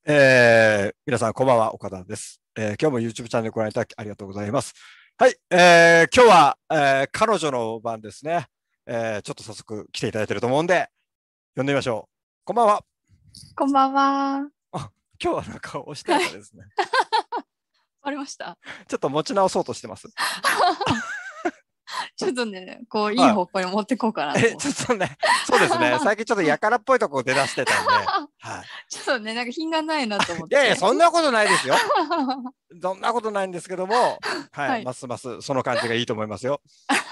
皆さん、こんばんは、岡田です。今日も YouTube チャンネルご覧いただきありがとうございます。はい、今日は、彼女の番ですね。ちょっと早速来ていただいていると思うんで、呼んでみましょう。こんばんは。 こんばんは。 あ、今日はなんかおしとやかですね。 ありました。 ちょっと持ち直そうとしてます。 ちょっとね、こう、いいは方向に持ってこうかない。 と思って。 ちょっとね、そうですね。最近ちょっとやからっぽいところ出だしてたんで、はい。 ちょっとね、なんか品がないなと思っいやいや、 て。 そんなことないですよ。そんなことないんですけども、はい、 はい。 ますますその感じがいいと思いますよ。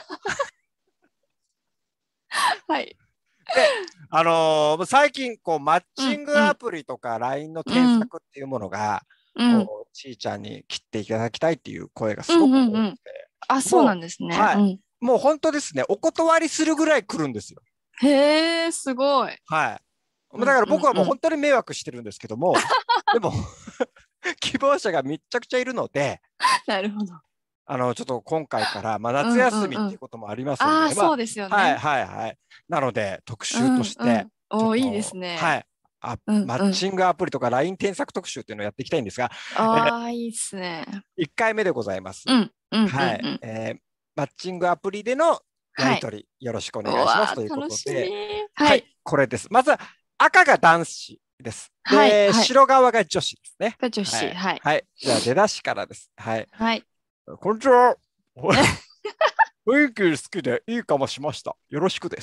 はい。 で、最近こうマッチングアうん、 プリとか LINE のうん、うん、 検索っていうものが、 うん、 ちいちゃんに切っていただきたいっていう声がうん、 すごくうん。 多くて、 あ、そうなもんですう、 ね。 はい、 うん。 もう本当ですね、お断りするぐらい来るんですよ。 へえ、すごい。 はい。だうん、 からうん、うん。 僕はもう本当に迷惑してるんですけども、でも希望者がめちゃくちゃいるので、 なるほど。 ちょっと今回から、 うん、うん、 夏休みっうん。 ていうこともありますんああ、 で、 そうですよはいね。 はいはい。なので、特集とうん、 して、 うん。 ちょっおー、いいですと、はね。 い、 うん、 マッうん。 チングアプリとか LINE 添削特集っていうのをやっていきたいんですが、 ああ、いいっすね。 1回目でございます。 うん、うん、うん、 はい。 うん。 マッチングアプリでのやはい。 り取り、よろしくおう願いしますというこわー、楽とで、 しみ。ははい、 い。 これです。まずは赤が男子です。 はい、 で、 はい。 白側が女子ですね。 が女子。 はい。 はい。 はい。じゃあ出だしからです。はい。 はい。 こんにちは。雰囲気好きでいいかもしました。よろしくです。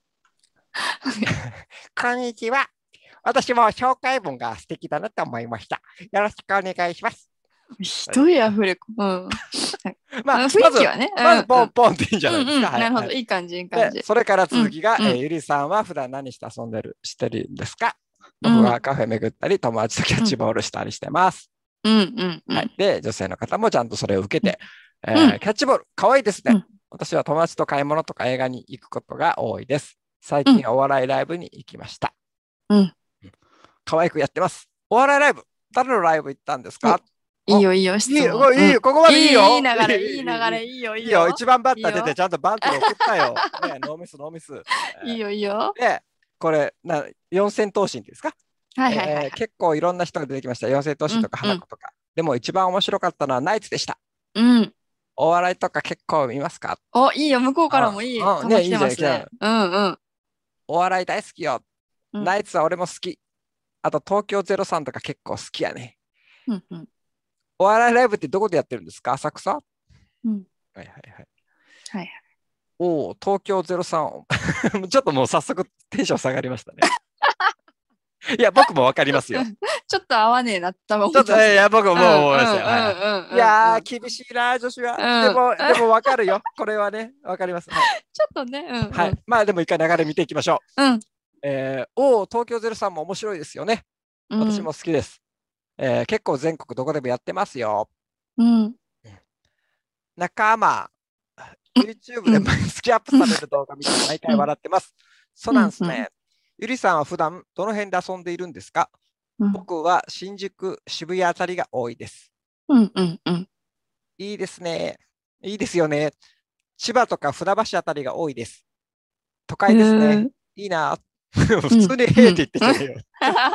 こんにちは。私も紹介文が素敵だなと思いました。よろしくお願いします。はい、 一人アフレコ。うん。 まあ、 雰囲気はね。 まずうんうん。 ポンポンでいいんじゃないですか。 うんうん。 はい、 なるほど。 はい。 いい感じ、いい感で、 じ。 それからうん続きが、 うんゆりさんは普段何して遊んでる、してるんですか？僕うんはカフェ巡ったり、友達とキャッうんチボールしたりしてます。 うんうんうはい。 んで、女性の方もちゃんとそれを受けて、 うんキャッチボール、かわいいですね。 うん私は友達と買い物とか映画に行くことが多いです。最うん近お笑いライブに行きました。 うん。 可愛くやってます。お笑いライブ、誰のライブ行ったんですお、 か？あ、 いいよいいよ、 いいよ、 質問。うん。 いいよ、ここまでいいいいよ。いい、 流れ、いい流いい、 れ、いいよいいいいよ、 よ。 一番バッター出ていいよ。 ちゃんとバントで送ったよ。ね、ノーミス、ノーミス。 いいよいいよ。 で、これ、四千頭身っていうんですか？ はいはいはいはい。 結構いろんな人が出てきました。四千頭身とかうんうん花子とか。でも一番面白かったのはナイツでした。 うん。 お笑いとか結構見ますか？ お、いいよ。向こうからもいいあ、ね、 球来ていいじゃん、 ますね。うんうんお笑い大好きよ。 うんナイツは俺も好き。あと東京03とか結構好きやね。 うんうんお笑いライブってどこでやってるんですか？浅草？はうん。 いはいはい。 はい。 おお、東京03。ちょっともう早速テンション下がりましたね。いや、僕もわかりますよ。 ちょっと合わねえなって多分ちょっと、 思ってますね。 いや、僕もうんうんうん思いましたよ。はいはい。いやー、厳しいな、女子は。でうん。 も、でもわかるよ。これはね、わかります。はい。 ちょっとね、うんはい。 うん。 まあ、でも一回流れ見ていきましょう。 うんおお、東京03も面白いですよね。私うん。 も好きです。結構全国どこでもやってますよ。 うん。 仲間、YouTube でうん。 毎月アップされる動画見て毎回うん。 笑ってます。そううん。うん。 なんですね。ゆりさんは普段どの辺で遊んでいるんですか？ うん。 僕は新宿、渋谷あたりが多いです。 うん。うん。うん。 いいですね。いいですよね。千葉とか船橋あたりが多いです。都へ会ですね。 え。 いいな。普うん。 通にへえってうん。 言ってんじゃねえよ。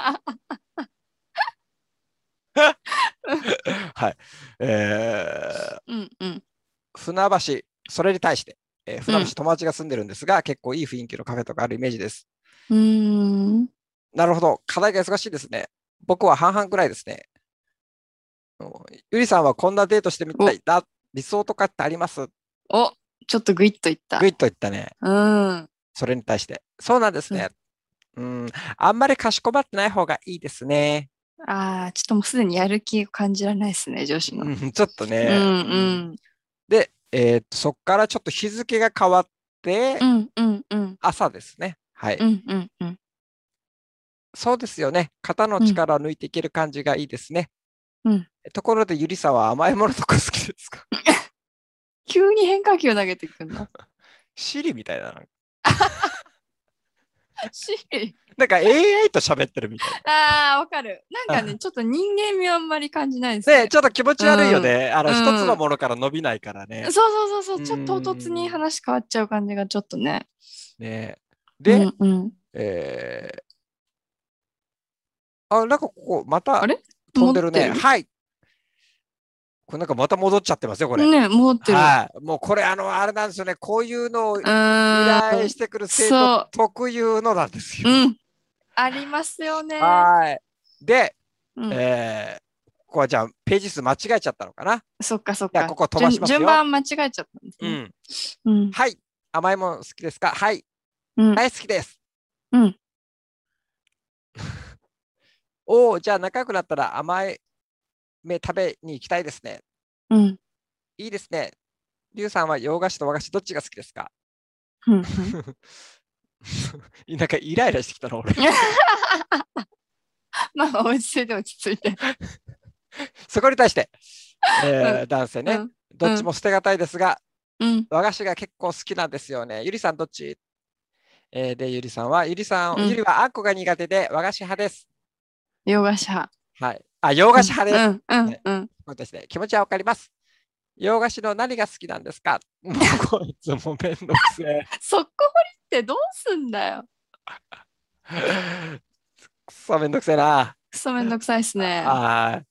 はい。 うん。うん。 船橋、それに対して、船橋うん。 友達が住んでるんですが、結構いい雰囲気のカフェとかあるイメージです。 うん。 なるほど。課題が忙しいですね。僕は半々ぐらいですね。ゆりさんはこんなデートしてみたお、 いな、理想とかってあります？ お、ちょっとグイッといった。 グイッと言ったね。 うん。 それに対して。そうなんですうん。 ね。うん。あんまりかしこまってない方がいいですね。 ああ、ちょっともうすでにやる気を感じられないですね、女子の。 うん、ちょっとうんね。うん、 うん。 で、そこからちょっと日付が変わって、 うんうんうん。 朝ですね。はい。 うんうんうん。 そうですよね。肩のうん力を抜いていける感じがいいですね。 うん。 ところで、ゆりさんは甘いものとか好きですか？ 急に変化球投げてくんの。 シリみたいな。 し、 なんか AI と喋ってるみたいああ、わかる。なんかね、 な。 ちょっと人間味はあんまり感じないですで、 ね。 ちょっと気持ちうん。 悪いよね。 う一つのん。 ものから伸びないからね。 そうそうそうそう。 うーちょっと唐突にん。 話変わっちゃう感じがちょっとね。 ね。 うで、 んうん。 えーなんかここ、またあれ飛んでるね。 持ってるはい。これなんかまた戻っちゃってますよ、これ。 ね、持ってる。 はい。もうこれ、あれなんですよね。こういうのを依うーん。 頼してくる生徒そ特有のなんですう。 よ。 うん。ありますよね。 はい。で、 うん。 ここはじゃあ、ページ数間違えちゃったのかな。 そっかそっじゃあ、こか。 こ飛ばしますよ。 順番間違えちゃったんですね。 うん。 うん。 はい。甘いもの好きですか？はい。 うん。 大好きです。 うん。 おお、じゃあ仲良くなったら甘い目食べに行きたいですね。 うん。 いいですね。リュウさんは洋菓子と和菓子どっちが好きですか？ うん。 なんかイライラしてきたの、俺。 まあ、落ち着いて落ち着いて。 そこに対して、 うん。 男性ね、 うん。 どっちも捨てがたいですが、 うん。 和菓子が結構好きなんですよね。ゆりさんどっち？で、ゆりさんは、ゆうん。 りはあんこが苦手で和菓子派です。 洋菓子派。 はい。洋菓子うん。 派です。 うん。うん。 ね、 うん。 そうですね。気持ちはわかります。洋菓子の何が好きなんですか？もうこいつもめんどくせえ。 そこ掘りってどうすんだよ。 くそめんどくせえな。 くそめんどくさいっすね。 はい。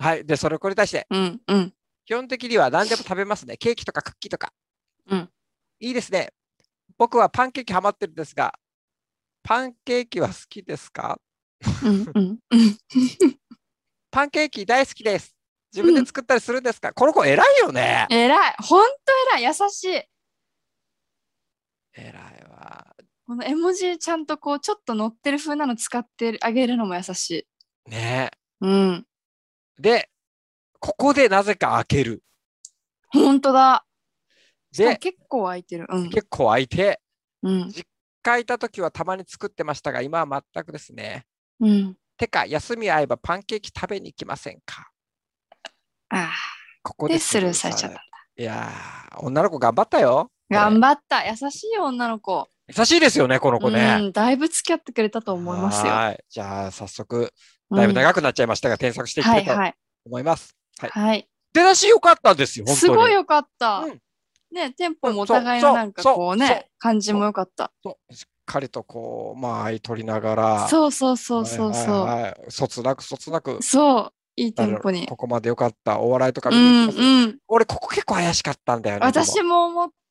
はい。で、これに対して、 うん。うん。 基本的には何でも食べますね。ケーキとかクッキーとか。 うん。 いいですね。僕はパンケーキハマってるんですが、パンケーキは好きですか？ うん。うん。 パンケーキ大好きです。自分うん。 で作ったりするんですか？この子偉いよね。 偉い。ほんと偉い。優しい。 偉いわ。 この絵文字ちゃんとこう、ちょっと載ってる風なの使ってあげるのも優しねい。うん。 で、ここでなぜか開ける。 ほんとだ。しかもで、 結構空いてる。うん。 結構開いて、 うん。 実家いた時はたまに作ってましたが、今は全くですね。 うん。 てか、休み合えばパンケーキ食べに行きませんか？ ああ。で、 ここでススルールーされる。 されちゃったんだ。 いやー、女の子頑張ったよ。これ。 頑張った。優しいよ女の子。 優しいですよね、この子ね。 うん。だいぶ付き合ってくれたと思いますよ。 はい。じゃあ、早速、だいぶうん。 長くなっちゃいましたが、添削していきたいとはいはい。 思います。はい。 はい。 出だし良かったんですよ、本当に。 すごいよかった。 うん。 ね、テンポもおそう、 互いのそう、 なんかそう、そう、 こうね、感じそう、 もよかった。 そう、しっかりとこう、間合い取りながら、 そうそうそうはいはいそうそはい、そつなくそつなく、 う。そう。いいテなんだろう、 ンポに。 ここまで良かった、お笑いとかうん見に行きます。 うん。 俺、ここ結構怪しかったんだよね、でも。 私も思った。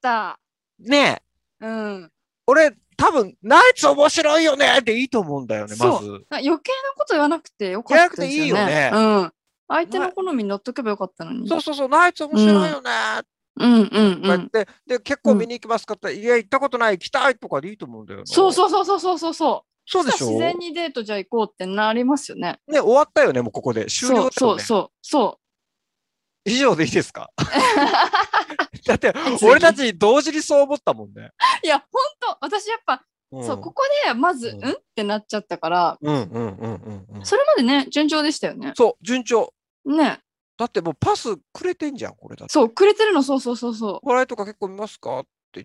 ねえ、 うん。 俺、多分、ナイツ面白いよねっていいと思うんだよね、まそう。 ず。 余計なこと言わなくてよかっやらなくていたですよね。 いよね。 うん。相手なの好みに乗っとけばよかったのに。 そうそうそう、ナイツ面うん。 白いよねうんうんうん。 とか言って、で、結うん。 構見に行きますかって、いや、行ったことない、行きたいとかでいいと思うんだよな。 そうそうそうそうそうそうそう。 そうでそしたら自然しょ？ にデートじゃあ行こうってなりますよね。 ね、終わったよね、もうここで。終そう了だよね。 そうそう。そ以上でいいですか？ う。 だって、 次。 俺たち同時にそう思ったもんね。 いや、ほんと、私やっぱ、そう、 うん。 ここでまず、 うんうんってなっちゃったから、 うんうんうんうんうん。 それまでね、順調でしたよね。 そう、順調。 ね。 だってもうパスくれてんじゃん、これだって。 そう、くれてるの、そうそうそうそお笑いとか結構見ますかって言って、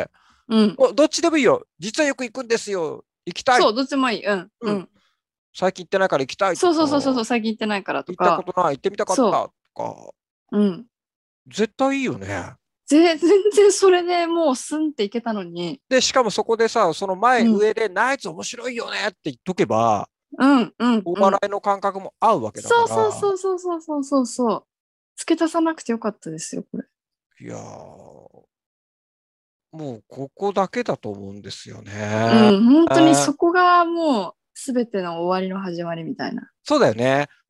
う。うん。 どっちでもいいよ。実はよく行くんですよ。行きたい。 そう、どっちもいい。うん、 うん。 うん。 最近行ってないから行きたいとそうそうそうそうそう、 か、 最近行ってないからと行ったこか。 とない、行ってみたかったそとか、 う。うん。 絶対いいよね。 全然それでもうスンっていけたのに。 で、しかもそこでさ、その前、 うん。 上でナイツ面白いよねって言っとけば、 うん、うん、 おうん。 笑いの感覚も合うわけだかそうそうら、 そうそうそうそうそうそう。付け足さなくてよかったですよ、これ。 いやー、もうここだけだと思うんですよね。 うん、本当にそこがもう全ての終わりの始まりみたいな。 そうだよね。 うん。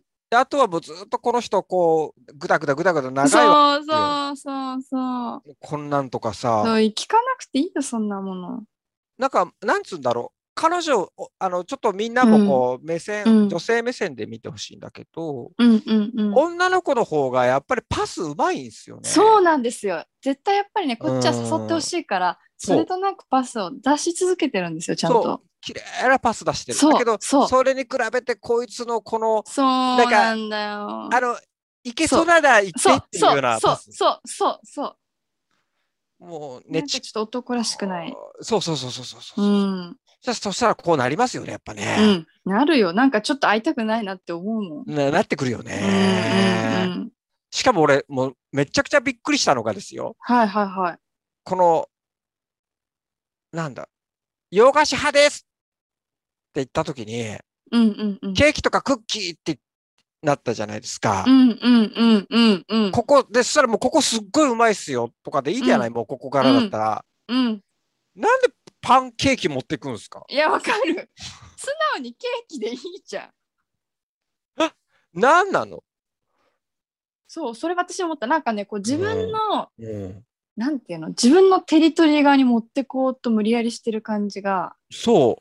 であとはもうずっとこの人、こう、ぐだぐだぐだぐだ長いわそうけよ。 そうそうそう。 こんなんとかそう、 さ、 聞かなくていいよ、そんなもの。 なんか、なんつうんだろう。彼女、ちょっとみんなうん、 もこう、 うん、 女性目線で見てほしいんだけど、 うん、うん、うん。 女の子の方がやっぱりパスうまいんですよね。 そうなんですよ。絶対やっぱりね、 うこっちは誘ってほーん。 しいから、それそう。 となくパスを出し続けてるんですよ、ちゃんと。 そう。綺麗なパス出してる。だそう、 けど、 そう、 それに比べてこいつのこの、 そうなんか、 なんだよ。 あの、いけそうそう、 なら行ってそう、 っていうそう、 ようなそう、 パス。 そう、そう、そもう、 う。なんかちょっと男らしくない。 そうそうそうそうそうそううそう。 ん、 そしたらこうなりますよね、やっぱね。 うん。なるよ。なんかちょっと会いたくないなって思うもん。 なってくるようん、うん、うね。 ん。 しかも俺、もうめちゃくちゃびっくりしたのがですよ。 はいはいはい。 この、なんだ、洋菓子派ですって言ったときに、 うんうんうん。 ケーキとかクッキーってなったじゃないですか。 うんうんうんうんうん。 ここで、そしたらもうここすっごいうまいっすよとかでいいじゃない、もうここからだったら。 うん。 なんでパンケーキ持ってくんですか？ いや、わかる。素直にケーキでいいじゃん。 なんなの？ そう、それ私思った。なんかね、こう自分の、 うんなんていうの、自分のテリトリー側に持ってこうと無理やりしてる感じが、 そう。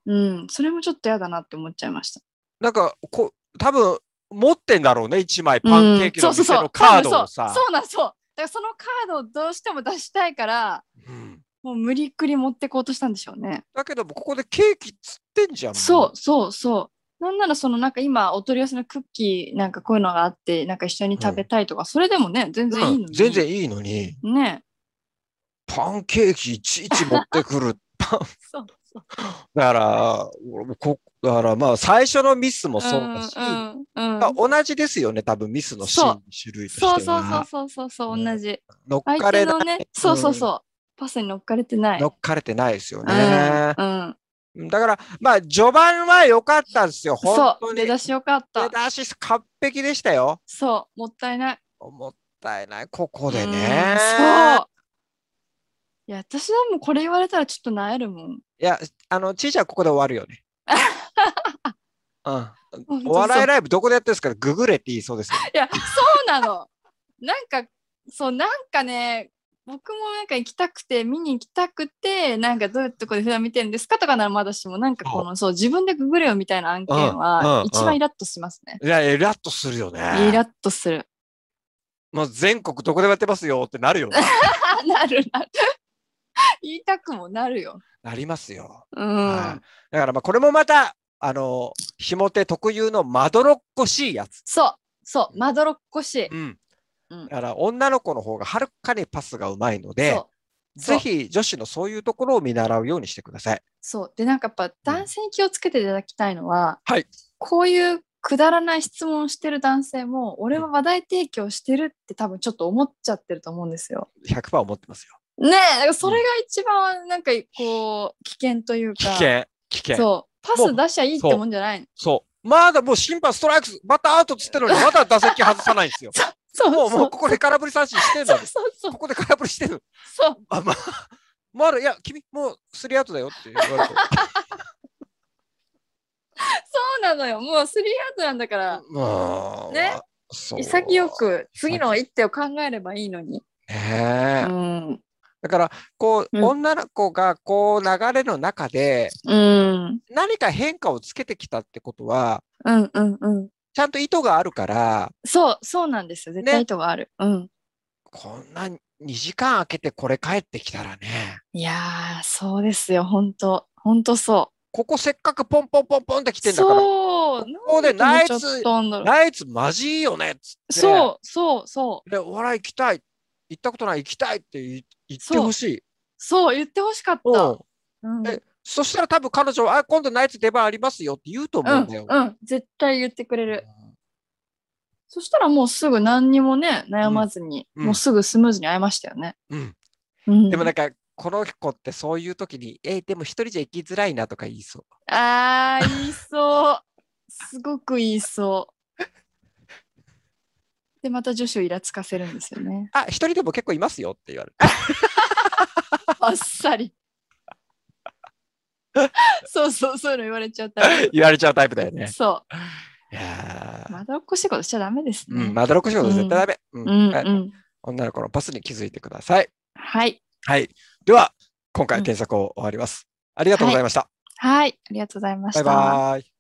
それもちょっと嫌だなって思っちゃいました。 なんか多分持ってんだろうね、1枚パンケーキの店のカードをさ。 そうなんそう。だからそのカードをどうしても出したいから、もう無理くり持ってこうとしたんでしょうね。 だけどもここでケーキつってんじゃん。 そう。なんならなんか今お取り寄せのクッキーなんかこういうのがあってなんか一緒に食べたいとか、それでもね全然いいのに。 全然いいのに。 ね。 パンケーキいちいち持ってくる。 そう。 だからまあ最初のミスもそうだし、同じですよね、多分ミスのシーンの種類としては。 そう、同じ。 乗っかれない。 ね、そう。パスに乗っかれてない。 乗っかれてないですよね。だから、まあ、序盤は良かったんですよ、本当に。 出だし良かった。 出だし完璧でしたよ。 そう、もったいない。 もったいない、ここでね。 そう。いや、私はもうこれ言われたらちょっと萎えるもん。 いや、ちいちゃんここで終わるよね。お笑いライブどこでやってるんですか？ググれって言いそうですよ。 いや、そうなの。なんかね、僕もなんか行きたくて、見に行きたくて、なんかどういうとこで普段見てるんですかとかならまだしも、なんか自分でググれよみたいな案件は、一番イラッとしますね。 いや、イラッとするよね。 イラッとする。 もう全国どこでもやってますよってなるよね。 なる。言いたくもなるよ。 なりますよ。だからまあこれもまた、ひも手特有のまどろっこしいやつ。 そう、まどろっこしい。 だから女の子の方がはるかにパスがうまいので、ぜひ女子のそういうところを見習うようにしてください。 そう。で、なんかやっぱ男性に気をつけていただきたいのは、 はい。 こういうくだらない質問をしてる男性も、俺は話題提供してるって多分ちょっと思っちゃってると思うんですよ。 100% 思ってますよ。 ねえ、それが一番なんかこう危険というか。 危険。 そう。パス出しゃいいってもんじゃないの。 そう。まだもう審判ストライク、バッターアウトっつってるのに、まだ打席外さないんですよ。もうここで空振り三振してるのに。ここで空振りしてる。 そう。 まだ、いや、君、もうスリーアウトだよって言われて。 そうなのよ。もうスリーアウトなんだから。ね。潔く次の一手を考えればいいのに。だから女の子が流れの中で何か変化をつけてきたってことは、ちゃんと意図があるから。 そうなんですよ。絶対意図がある。 こんな2時間空けてこれ帰ってきたらね。 いやー、そうですよ。本当そう。 ここせっかくポンポンポンポンって来てんだから。ここでナイツマジいいよねっつって。 そう。 で、お笑い行きたい。行ったことない、行きたいって言ってほしい。 そう、言ってほしかった。 そしたら多分彼女は、今度ナイツ出番ありますよって言うと思うんだよ。 絶対言ってくれる。そしたらもうすぐ何にもね、悩まずに、もうすぐスムーズに会えましたよね。 でもなんか、この子ってそういう時に、でも一人じゃ行きづらいなとか言いそう。 言いそう。すごく言いそう。で、また女子をイラつかせるんですよね。 一人でも結構いますよって言われて。 あっさり。そういうの言われちゃうタイプ。 言われちゃうタイプだよね。 そう。まどろっこしいことしちゃダメですね。 まどろっこしいこと絶対ダメ。女の子のパスに気づいてください。 はい。 では、今回添削を終わります。ありがとうございました。 はい。ありがとうございました。 バイバイ。